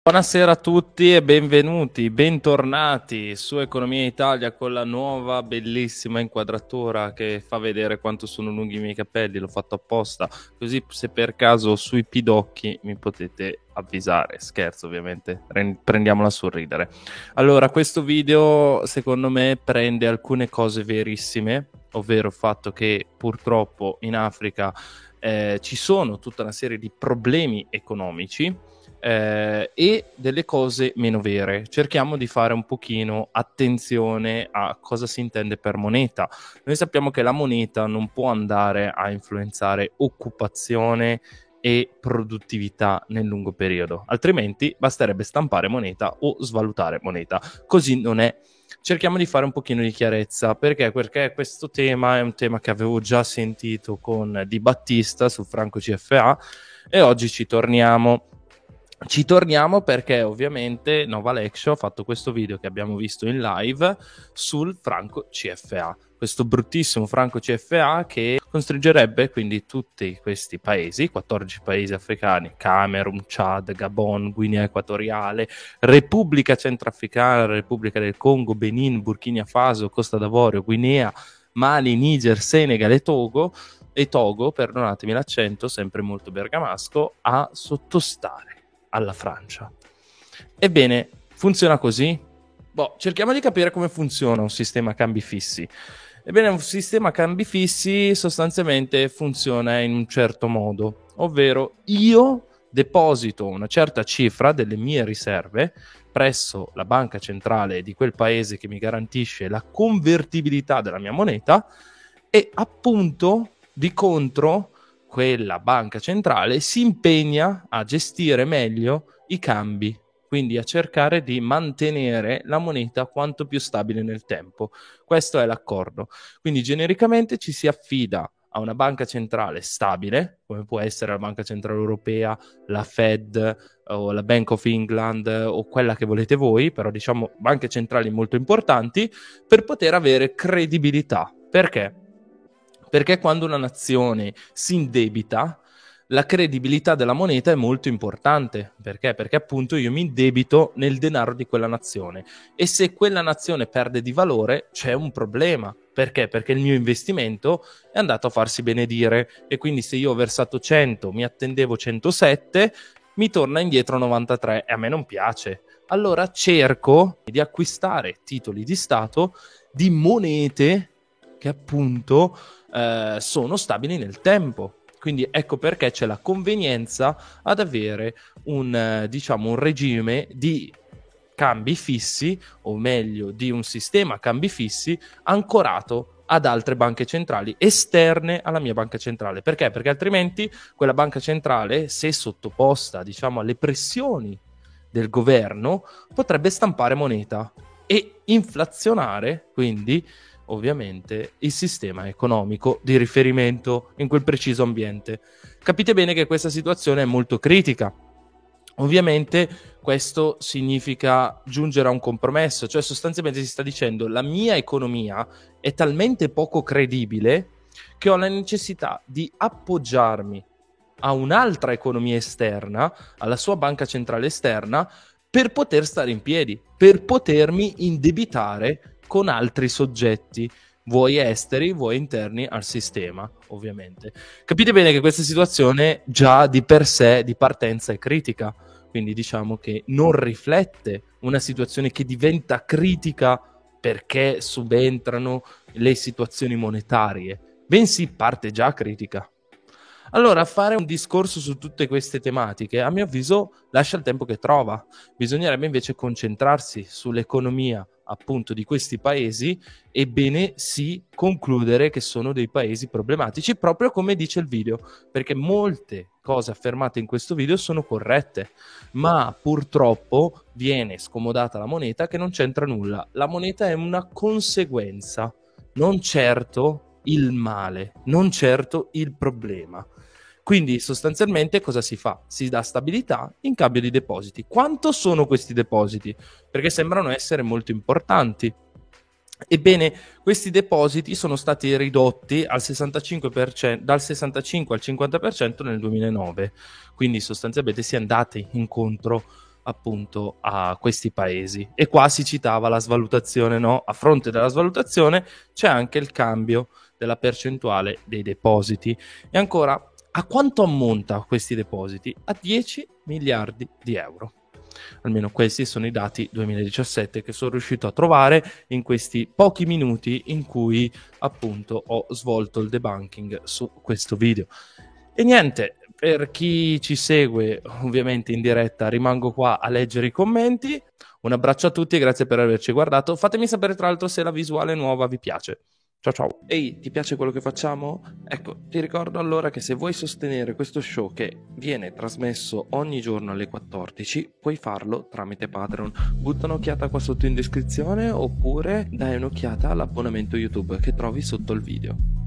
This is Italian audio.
Buonasera a tutti e benvenuti, bentornati su Economia Italia con la nuova bellissima inquadratura che fa vedere quanto sono lunghi i miei capelli. L'ho fatto apposta, così se per caso sui pidocchi mi potete avvisare. Scherzo, ovviamente, prendiamola sul ridere. Allora, questo video secondo me prende alcune cose verissime, ovvero il fatto che purtroppo in Africa ci sono tutta una serie di problemi economici e delle cose meno vere. Cerchiamo di fare un pochino attenzione a cosa si intende per moneta. Noi sappiamo che la moneta non può andare a influenzare occupazione e produttività nel lungo periodo, altrimenti basterebbe stampare moneta o svalutare moneta. Così non è. Cerchiamo di fare un pochino di chiarezza. Perché questo tema è un tema che avevo già sentito con Di Battista su Franco CFA e oggi ci torniamo perché ovviamente Nova Lecture ha fatto questo video che abbiamo visto in live sul Franco CFA, questo bruttissimo Franco CFA che costringerebbe quindi tutti questi paesi, 14 paesi africani, Camerun, Chad, Gabon, Guinea Equatoriale, Repubblica Centrafricana, Repubblica del Congo, Benin, Burkina Faso, Costa d'Avorio, Guinea, Mali, Niger, Senegal e Togo, perdonatemi l'accento, sempre molto bergamasco, a sottostare alla Francia. Ebbene, funziona così? Cerchiamo di capire come funziona un sistema cambi fissi. Ebbene, un sistema cambi fissi sostanzialmente funziona in un certo modo, ovvero io deposito una certa cifra delle mie riserve presso la banca centrale di quel paese che mi garantisce la convertibilità della mia moneta e appunto di contro quella banca centrale si impegna a gestire meglio i cambi, quindi a cercare di mantenere la moneta quanto più stabile nel tempo. Questo è l'accordo. Quindi genericamente ci si affida a una banca centrale stabile, come può essere la Banca Centrale Europea, la Fed o la Bank of England o quella che volete voi, però diciamo banche centrali molto importanti, per poter avere credibilità. Perché? Perché quando una nazione si indebita, la credibilità della moneta è molto importante. Perché? Perché appunto io mi indebito nel denaro di quella nazione e se quella nazione perde di valore c'è un problema. Perché? Perché il mio investimento è andato a farsi benedire e quindi se io ho versato 100, mi attendevo 107, mi torna indietro 93 e a me non piace. Allora cerco di acquistare titoli di Stato di monete che appunto sono stabili nel tempo. Quindi ecco perché c'è la convenienza ad avere un regime di cambi fissi, o meglio di un sistema cambi fissi ancorato ad altre banche centrali esterne alla mia banca centrale. Perché? Perché altrimenti quella banca centrale, se sottoposta alle pressioni del governo, potrebbe stampare moneta e inflazionare quindi ovviamente il sistema economico di riferimento in quel preciso ambiente. Capite bene che questa situazione è molto critica. Ovviamente questo significa giungere a un compromesso, cioè sostanzialmente si sta dicendo la mia economia è talmente poco credibile che ho la necessità di appoggiarmi a un'altra economia esterna, alla sua banca centrale esterna, per poter stare in piedi, per potermi indebitare con altri soggetti, vuoi esteri, vuoi interni al sistema, ovviamente. Capite bene che questa situazione già di per sé, di partenza, è critica, quindi diciamo che non riflette una situazione che diventa critica perché subentrano le situazioni monetarie, bensì parte già critica. Allora, fare un discorso su tutte queste tematiche, a mio avviso, lascia il tempo che trova. Bisognerebbe invece concentrarsi sull'economia appunto di questi paesi e bene sì concludere che sono dei paesi problematici, proprio come dice il video, perché molte cose affermate in questo video sono corrette, ma purtroppo viene scomodata la moneta che non c'entra nulla. La moneta è una conseguenza, non certo il male, non certo il problema. Quindi sostanzialmente cosa si fa? Si dà stabilità in cambio di depositi. Quanto sono questi depositi? Perché sembrano essere molto importanti. Ebbene, questi depositi sono stati ridotti al 65%, dal 65 al 50% nel 2009, quindi sostanzialmente si è andati incontro appunto a questi paesi. E qua si citava la svalutazione, no? A fronte della svalutazione c'è anche il cambio della percentuale dei depositi. E ancora, a quanto ammonta questi depositi? A 10 miliardi di euro. Almeno questi sono i dati 2017 che sono riuscito a trovare in questi pochi minuti in cui appunto ho svolto il debunking su questo video. E niente, per chi ci segue ovviamente in diretta rimango qua a leggere i commenti. Un abbraccio a tutti e grazie per averci guardato. Fatemi sapere tra l'altro se la visuale nuova vi piace. Ciao ciao. Ehi, ti piace quello che facciamo? Ecco, ti ricordo allora che se vuoi sostenere questo show che viene trasmesso ogni giorno alle 14, puoi farlo tramite Patreon. Butta un'occhiata qua sotto in descrizione oppure dai un'occhiata all'abbonamento YouTube che trovi sotto il video.